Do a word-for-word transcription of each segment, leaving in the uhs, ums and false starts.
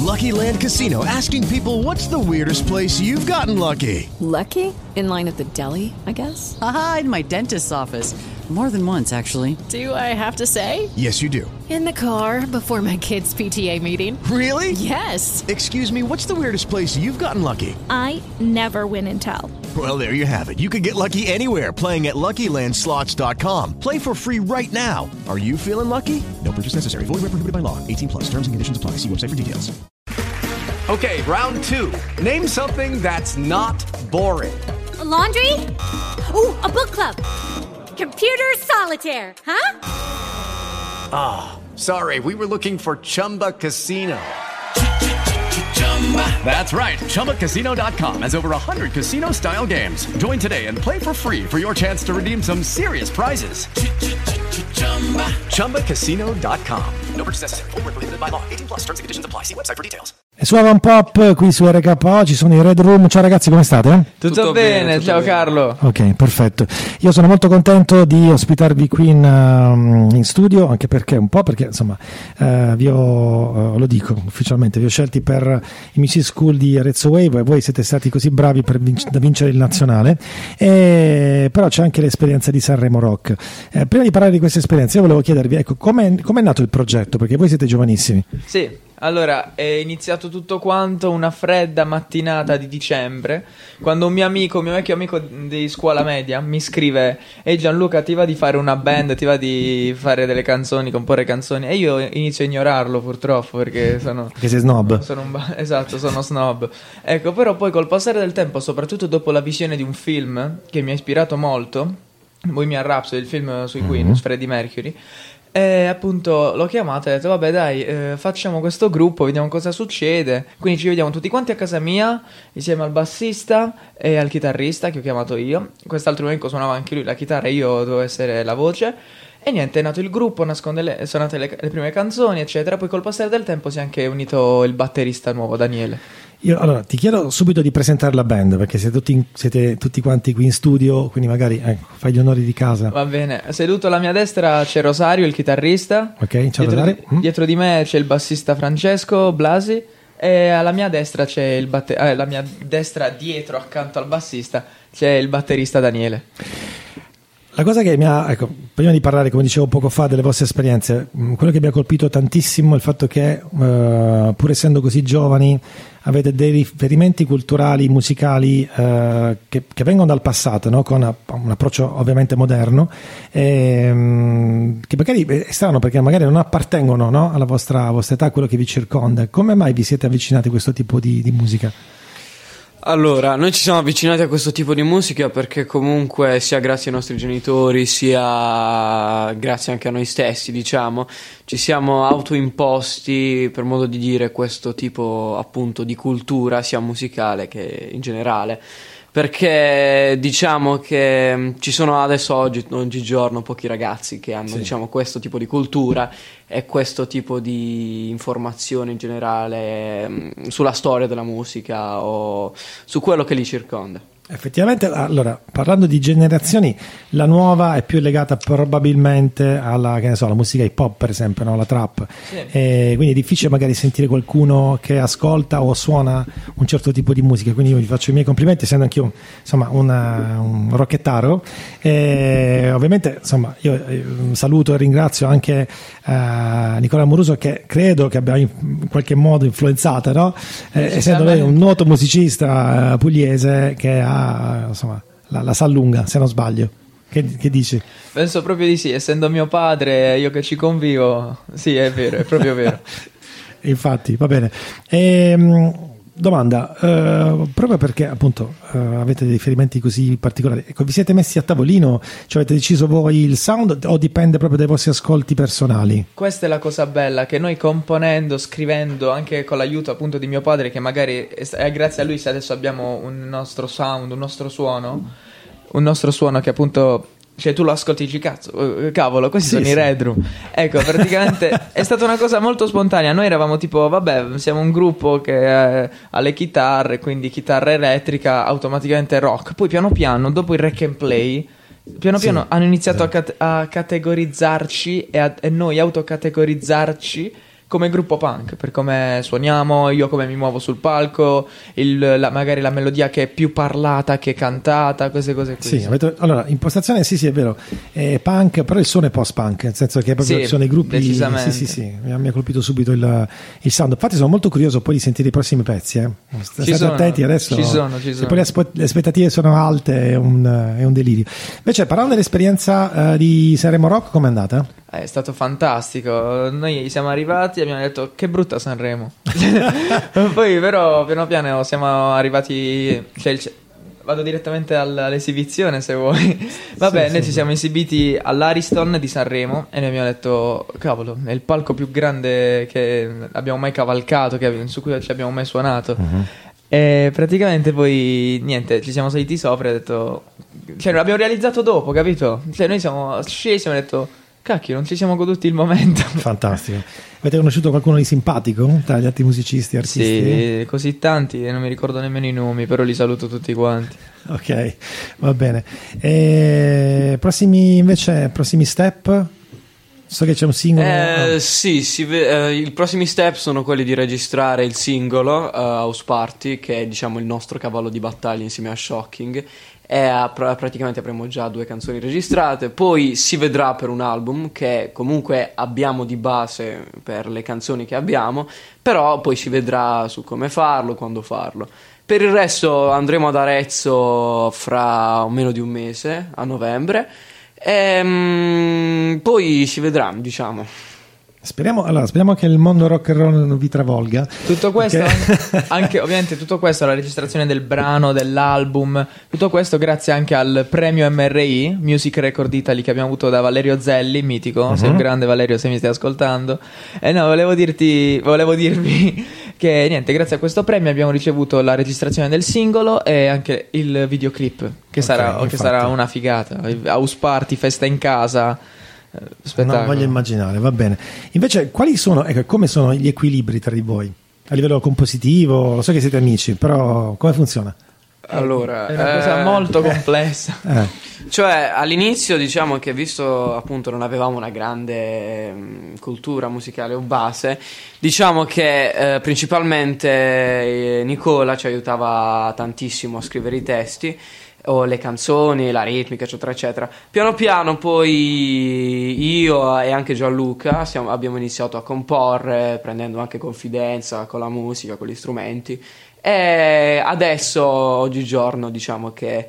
Lucky Land Casino, asking people, what's the weirdest place you've gotten lucky? Lucky? In line at the deli, I guess? Aha, in my dentist's office. More than once, actually. Do I have to say? Yes, you do. In the car before my kids' P T A meeting. Really? Yes. Excuse me, what's the weirdest place you've gotten lucky? I never win and tell. Well, there you have it. You can get lucky anywhere, playing at Lucky Land Slots dot com. Play for free right now. Are you feeling lucky? No purchase necessary. Void where prohibited by law. eighteen plus. Terms and conditions apply. See website for details. Okay, round two. Name something that's not boring. A laundry? Ooh, a book club. Computer solitaire, huh? Ah, oh, sorry, we were looking for Chumba Casino. That's right, Chumba Casino dot com has over one hundred casino-style games. Join today and play for free for your chance to redeem some serious prizes. Chumba Casino dot com. No purchase necessary. Void where prohibited by law. eighteen plus. Terms and conditions apply. See website for details. E su Avan Pop, qui su R K O, ci sono i Red Room. Ciao ragazzi, come state? Tutto, tutto bene, bene tutto ciao bene. Carlo. Ok, perfetto. Io sono molto contento di ospitarvi qui in, uh, in studio, anche perché un po' perché insomma uh, vi ho, uh, lo dico ufficialmente, vi ho scelti per i Music School di Arezzo Wave e voi siete stati così bravi per vinc- da vincere il nazionale, e, però c'è anche l'esperienza di Sanremo Rock. Eh, prima di parlare di questa esperienza io volevo chiedervi, ecco, com'è, com'è nato il progetto, perché voi siete giovanissimi. Sì. Allora, è iniziato tutto quanto una fredda mattinata di dicembre, quando un mio amico, un mio vecchio amico di scuola media, mi scrive: ehi Gianluca, ti va di fare una band, ti va di fare delle canzoni, comporre canzoni? E io inizio a ignorarlo, purtroppo, perché sono... Perché sei snob. Sono un ba- esatto, sono snob. Ecco, però poi col passare del tempo, soprattutto dopo la visione di un film che mi ha ispirato molto, Bohemian Rhapsody, il film sui Queen, mm-hmm. su Freddie Mercury, e appunto l'ho chiamato e ho detto vabbè dai, eh, facciamo questo gruppo, vediamo cosa succede. Quindi ci vediamo tutti quanti a casa mia, insieme al bassista e al chitarrista che ho chiamato io. Quest'altro amico suonava anche lui la chitarra e io dovevo essere la voce. E niente, è nato il gruppo, nasconde le, suonate le, le prime canzoni eccetera. Poi col passare del tempo si è anche unito il batterista nuovo, Daniele. Io allora ti chiedo subito di presentare la band, perché siete tutti, siete tutti quanti qui in studio, quindi magari ecco, fai gli onori di casa. Va bene, seduto alla mia destra c'è Rosario, il chitarrista. Ok, ciao dietro Rosario. Di, mm. dietro di me c'è il bassista Francesco Blasi e alla mia destra c'è il batte- eh, alla mia destra dietro accanto al bassista c'è il batterista Daniele. La cosa che mi ha, ecco, prima di parlare, come dicevo poco fa, delle vostre esperienze, quello che mi ha colpito tantissimo è il fatto che, uh, pur essendo così giovani, avete dei riferimenti culturali, musicali uh, che, che vengono dal passato, no? Con a, un approccio ovviamente moderno, e, um, che magari è strano perché magari non appartengono, no? alla vostra, alla vostra età, a quello che vi circonda. Come mai vi siete avvicinati a questo tipo di, di musica? Allora, noi ci siamo avvicinati a questo tipo di musica perché comunque sia grazie ai nostri genitori sia grazie anche a noi stessi, diciamo, ci siamo autoimposti, per modo di dire, questo tipo appunto di cultura sia musicale che in generale, perché diciamo che ci sono adesso oggi, oggigiorno pochi ragazzi che hanno sì. diciamo questo tipo di cultura e questo tipo di informazione in generale mh, sulla storia della musica o su quello che li circonda. Effettivamente, allora, parlando di generazioni, la nuova è più legata probabilmente alla, che ne so, alla musica hip hop, per esempio, no? La trap, sì. E quindi è difficile magari sentire qualcuno che ascolta o suona un certo tipo di musica, quindi io vi faccio i miei complimenti, essendo anch'io insomma una, un rockettaro, e ovviamente insomma io saluto e ringrazio anche uh, Nicola Amoruso, che credo che abbia in qualche modo influenzato, no? Eh, essendo lei un noto musicista uh, pugliese che ha insomma la, la sa lunga, se non sbaglio. Che, che dici? Penso proprio di sì, essendo mio padre, io che ci convivo, sì, è vero, è proprio vero. Infatti, va bene. E, domanda, eh, proprio perché appunto eh, avete dei riferimenti così particolari, ecco, vi siete messi a tavolino, cioè avete deciso voi il sound o dipende proprio dai vostri ascolti personali? Questa è la cosa bella, che noi componendo, scrivendo, anche con l'aiuto appunto di mio padre, che magari è grazie a lui se adesso abbiamo un nostro sound, un nostro suono, un nostro suono che appunto... Cioè tu lo ascolti e dici cazzo, cavolo, questi sì, sono sì. i Red Room. Ecco, praticamente è stata una cosa molto spontanea. Noi eravamo tipo, vabbè, siamo un gruppo che eh, ha le chitarre, quindi chitarra elettrica, automaticamente rock. Poi piano piano, dopo il Wreck and Play, piano piano sì, hanno iniziato esatto. a, cat- a categorizzarci e, a- e noi autocategorizzarci come gruppo punk, per come suoniamo, io come mi muovo sul palco, il, la, magari la melodia che è più parlata che cantata, queste cose qui. Sì, avete, allora, impostazione sì sì è vero, è punk, però il suono è post-punk, nel senso che proprio sì, sono i gruppi, decisamente. sì sì sì, mi ha, mi ha colpito subito il, il sound. Infatti sono molto curioso poi di sentire i prossimi pezzi, eh. State ci sono, attenti adesso, ci sono, ci se sono. poi le, aspe- le aspettative sono alte è un, è un delirio. Invece parlando dell'esperienza uh, di Sanremo Rock, com'è andata? È stato fantastico, noi siamo arrivati e abbiamo detto che brutta Sanremo. Poi però piano piano siamo arrivati, cioè, il, vado direttamente all'esibizione se vuoi. Vabbè, sì, noi sì, ci siamo esibiti all'Ariston di Sanremo e noi abbiamo detto cavolo, è il palco più grande che abbiamo mai cavalcato, che, su cui ci abbiamo mai suonato. Uh-huh. E praticamente poi niente, ci siamo saliti sopra e ho detto, cioè l'abbiamo realizzato dopo, capito? Cioè noi siamo scesi e abbiamo detto cacchio, non ci siamo goduti il momento. Fantastico. Avete conosciuto qualcuno di simpatico tra gli altri musicisti, artisti? Sì, così tanti, non mi ricordo nemmeno i nomi, però li saluto tutti quanti. Ok, va bene. E prossimi invece, prossimi step? So che c'è un singolo. Eh, oh. Sì, si ve- eh, i prossimi step sono quelli di registrare il singolo uh, House Party, che è diciamo il nostro cavallo di battaglia insieme a Shocking. E uh, pr- praticamente avremo già due canzoni registrate. Poi si vedrà per un album che comunque abbiamo di base per le canzoni che abbiamo, però poi si vedrà su come farlo, quando farlo. Per il resto andremo ad Arezzo fra meno di un mese, a novembre. E um, poi si vedrà, diciamo. Speriamo, allora, speriamo che il mondo rock and roll non vi travolga. Tutto questo, perché... anche ovviamente tutto questo, la registrazione del brano, dell'album, tutto questo grazie anche al premio M R I, Music Record Italy, che abbiamo avuto da Valerio Zelli, mitico, uh-huh. Sei un grande Valerio se mi stai ascoltando. E no, volevo dirti, volevo dirvi che niente, grazie a questo premio abbiamo ricevuto la registrazione del singolo e anche il videoclip, che, okay, sarà, che sarà una figata. House party, festa in casa. Spettacolo. Non voglio immaginare, va bene. Invece, quali sono, ecco, come sono gli equilibri tra di voi? A livello compositivo, lo so che siete amici, però come funziona? Allora, è una cosa eh, molto complessa. Eh. Cioè, all'inizio diciamo che visto appunto non avevamo una grande mh, cultura musicale o base, diciamo che eh, principalmente eh, Nicola ci aiutava tantissimo a scrivere i testi o le canzoni, la ritmica, eccetera eccetera. Piano piano poi io e anche Gianluca siamo, abbiamo iniziato a comporre, prendendo anche confidenza con la musica, con gli strumenti, e adesso oggigiorno diciamo che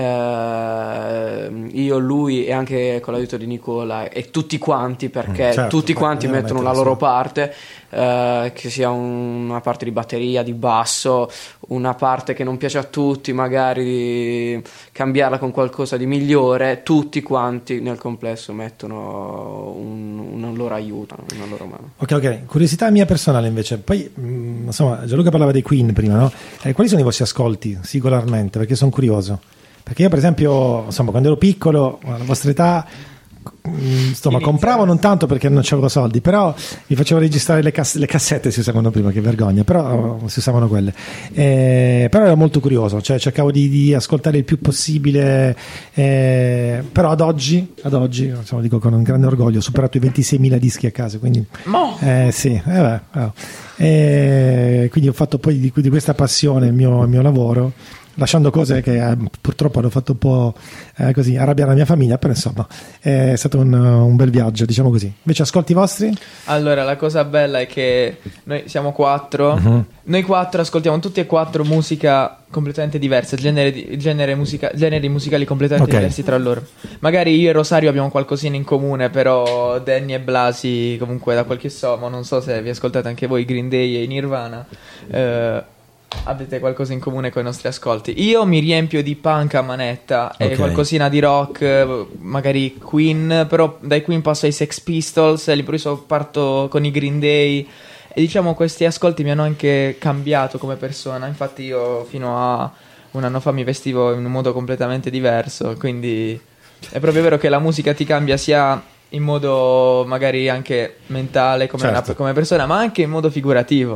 eh, io, lui e anche con l'aiuto di Nicola e tutti quanti, perché mm, certo, tutti quanti mettono la loro parte, eh, che sia un, una parte di batteria, di basso, una parte che non piace a tutti, magari cambiarla con qualcosa di migliore, tutti quanti nel complesso mettono un, un loro aiuto, una loro mano. Ok, ok, curiosità mia personale invece, poi mh, insomma Gianluca parlava dei Queen prima, no? Eh, quali sono i vostri ascolti singolarmente? Perché sono curioso. Perché io per esempio, insomma, quando ero piccolo, alla vostra età, insomma, compravo non tanto perché non c'avevo soldi, però mi facevo registrare le, cass- le cassette, si usavano prima, che vergogna, però si usavano quelle. Eh, però ero molto curioso, cioè cercavo di, di ascoltare il più possibile, eh, però ad oggi, ad oggi, insomma, dico con un grande orgoglio, ho superato i ventiseimila dischi a casa, quindi eh, sì, eh, beh, oh. eh, quindi ho fatto poi di, di questa passione il mio, il mio lavoro, lasciando cose che eh, purtroppo hanno fatto un po' eh, così arrabbiare la mia famiglia, però insomma è stato un, un bel viaggio, diciamo così. Invece ascolti vostri? Allora, la cosa bella è che noi siamo quattro, uh-huh. Noi quattro ascoltiamo tutti e quattro musica completamente diversa, genere, genere musica, generi musicali completamente okay. diversi tra loro. Magari io e Rosario abbiamo qualcosina in comune, però Danny e Blasi comunque da quel che so, ma non so se vi ascoltate anche voi Green Day e Nirvana, eh, avete qualcosa in comune con i nostri ascolti. Io mi riempio di punk a manetta okay. E qualcosina di rock, magari Queen, però dai Queen passo ai Sex Pistols e all'improvviso parto con i Green Day. E diciamo questi ascolti mi hanno anche cambiato come persona. Infatti io fino a un anno fa mi vestivo in un modo completamente diverso, quindi è proprio vero che la musica ti cambia sia in modo magari anche mentale come, certo. una, come persona, ma anche in modo figurativo.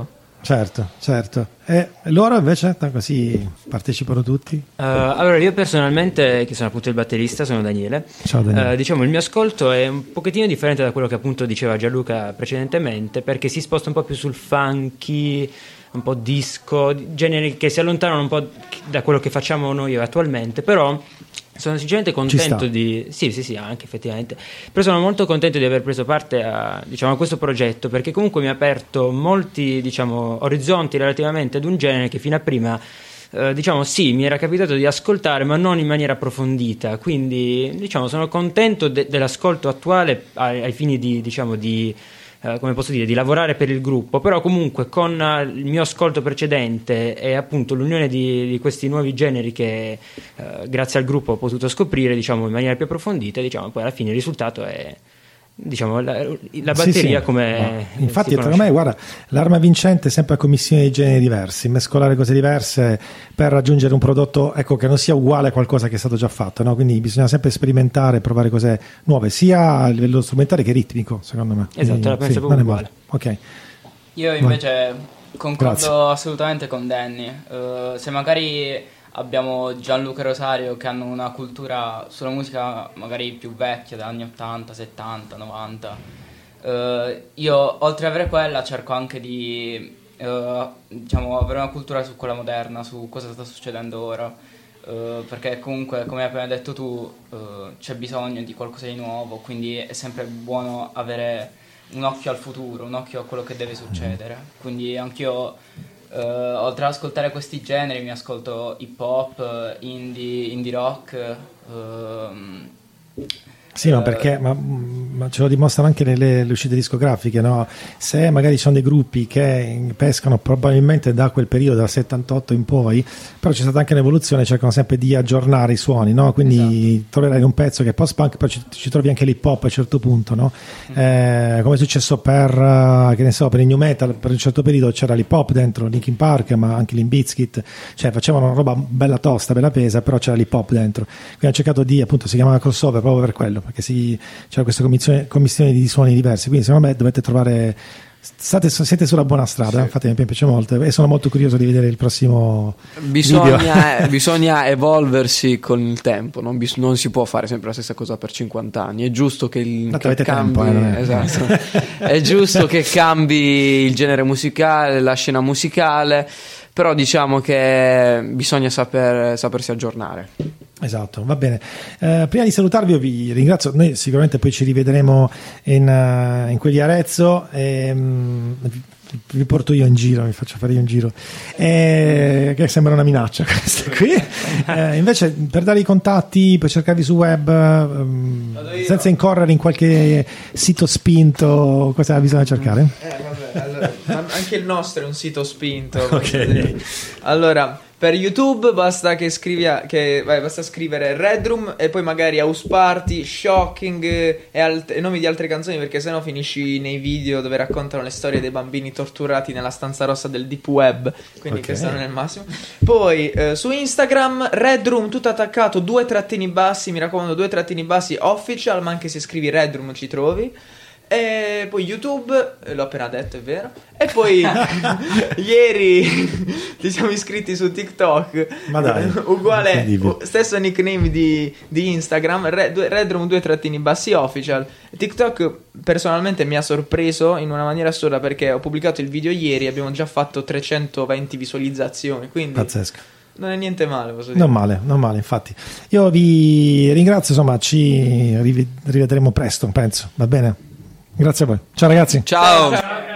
Certo, certo. E loro invece, così partecipano tutti? Uh, allora, io personalmente, che sono appunto il batterista, sono Daniele. Ciao Daniele. Uh, diciamo, il mio ascolto è un pochettino differente da quello che appunto diceva Gianluca precedentemente, perché si sposta un po' più sul funky, un po' disco, generi che si allontanano un po' da quello che facciamo noi attualmente, però sono sinceramente contento di sì sì sì anche effettivamente però sono molto contento di aver preso parte a, diciamo, a questo progetto, perché comunque mi ha aperto molti, diciamo, orizzonti relativamente ad un genere che fino a prima eh, diciamo sì mi era capitato di ascoltare, ma non in maniera approfondita, quindi diciamo sono contento de- dell'ascolto attuale ai, ai fini di, diciamo, di Uh, come posso dire, di lavorare per il gruppo, però comunque con uh, il mio ascolto precedente e appunto l'unione di, di questi nuovi generi che uh, grazie al gruppo ho potuto scoprire, diciamo, in maniera più approfondita, diciamo, poi alla fine il risultato è, diciamo, la, la batteria, sì, sì. Come no. Infatti secondo me, guarda, l'arma vincente è sempre la commissione di generi diversi, mescolare cose diverse per raggiungere un prodotto, ecco, che non sia uguale a qualcosa che è stato già fatto, no? Quindi bisogna sempre sperimentare, provare cose nuove, sia a livello strumentale che ritmico, secondo me. Esatto, quindi, la penso sì, proprio uguale. Ok. Io invece Vai. concordo Grazie. assolutamente con Danny. Uh, se magari abbiamo Gianluca e Rosario che hanno una cultura sulla musica magari più vecchia, degli anni ottanta, settanta, novanta, uh, io oltre ad avere quella cerco anche di uh, diciamo avere una cultura su quella moderna, su cosa sta succedendo ora, uh, perché comunque, come hai appena detto tu, uh, c'è bisogno di qualcosa di nuovo, quindi è sempre buono avere un occhio al futuro, un occhio a quello che deve succedere. Quindi anch'io Uh, oltre ad ascoltare questi generi mi ascolto hip hop, indie, indie rock. Uh, Sì, ma perché ma, ma ce lo dimostrano anche nelle uscite discografiche, no? Se magari ci sono dei gruppi che pescano probabilmente da quel periodo, dal settantotto in poi, però c'è stata anche un'evoluzione, cercano sempre di aggiornare i suoni, no? Quindi esatto. Troverai un pezzo che è post-punk, però ci, ci trovi anche l'hip hop a un certo punto, no? Mm. Eh, come è successo per, che ne so, per il new metal, per un certo periodo c'era l'hip hop dentro, Linkin Park, ma anche l'Limp Bizkit, cioè facevano una roba bella tosta, bella pesa, però c'era l'hip hop dentro. Quindi ho cercato di, appunto, si chiamava crossover proprio per quello, perché si, c'era questa commissione, commissione di suoni diversi, quindi secondo me dovete trovare, state, siete sulla buona strada, sì. Infatti mi piace molto e sono molto curioso di vedere il prossimo bisogna, video. Bisogna evolversi con il tempo, non, bis- non si può fare sempre la stessa cosa per cinquanta anni, è giusto che il che cambi, tempo, eh, esatto. È giusto che cambi il genere musicale, la scena musicale, però diciamo che bisogna saper, sapersi aggiornare. Esatto, va bene. Eh, prima di salutarvi io vi ringrazio, noi sicuramente poi ci rivedremo in, uh, in quelli Arezzo e, um, vi porto io in giro, vi faccio fare io un giro, eh, che sembra una minaccia questa qui. Eh, invece per dare i contatti, per cercarvi su web, um, senza incorrere in qualche sito spinto, cosa bisogna cercare? Eh, vabbè, allora, anche il nostro è un sito spinto. Ok. Allora, per YouTube basta che scrivi che vai, basta scrivere Red Room e poi magari House Party, Shocking e, alt- e nomi di altre canzoni, perché sennò finisci nei video dove raccontano le storie dei bambini torturati nella stanza rossa del deep web, quindi okay. Questo non è il massimo. Poi eh, su Instagram Red Room tutto attaccato, due trattini bassi, mi raccomando, due trattini bassi official, ma anche se scrivi Red Room ci trovi. E poi YouTube, l'ho appena detto, è vero. E poi ieri ti siamo iscritti su TikTok. Ma dai, uguale, stesso nickname di, di Instagram, Red, Redroom due trattini bassi official. TikTok personalmente mi ha sorpreso in una maniera assurda, perché ho pubblicato il video ieri e abbiamo già fatto trecentoventi visualizzazioni, quindi pazzesco. Non è niente male, posso dire. Non male, non male, infatti. Io vi ringrazio, insomma, ci rivedremo presto, penso, va bene? Grazie a voi. Ciao ragazzi. Ciao. Ciao.